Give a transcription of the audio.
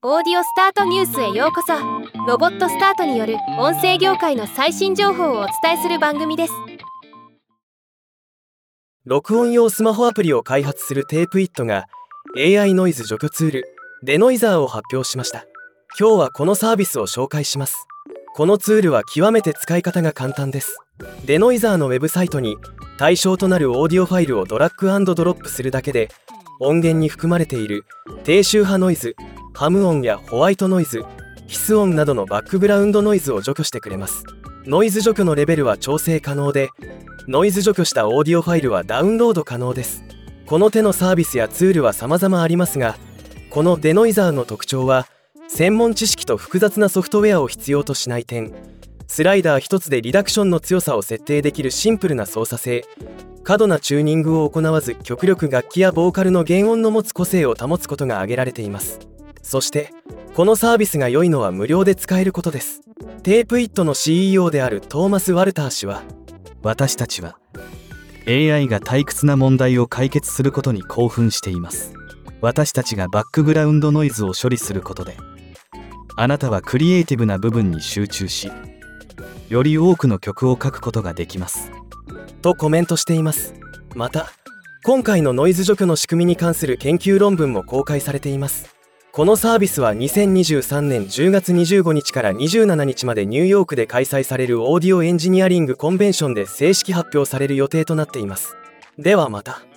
オーディオスタートニュースへようこそ。ロボットスタートによる音声業界の最新情報をお伝えする番組です。 録音用スマホアプリを開発するテープイットが AI ノイズ除去ツールデノイザーを発表しました。今日はこのサービスを紹介します。このツールは極めて使い方が簡単です。デノイザーのウェブサイトに対象となるオーディオファイルをドラッグ&ドロップするだけで、音源に含まれている低周波ノイズ、ハム音やホワイトノイズ、ヒス音などのバックグラウンドノイズを除去してくれます。ノイズ除去のレベルは調整可能で、ノイズ除去したオーディオファイルはダウンロード可能です。この手のサービスやツールは様々ありますが、このデノイザーの特徴は専門知識と複雑なソフトウェアを必要としない点、スライダー一つでリダクションの強さを設定できるシンプルな操作性、過度なチューニングを行わず極力楽器やボーカルの原音の持つ個性を保つことが挙げられています。そしてこのサービスが良いのは無料で使えることです。テープイットの CEO であるトーマス・ワルター氏は、 私たちは AI が退屈な問題を解決することに興奮しています。私たちがバックグラウンドノイズを処理することで、あなたはクリエイティブな部分に集中し、より多くの曲を書くことができますとコメントしています。また今回のノイズ除去の仕組みに関する研究論文も公開されています。このサービスは2023年10月25日から27日までニューヨークで開催されるオーディオエンジニアリングコンベンションで正式発表される予定となっています。ではまた。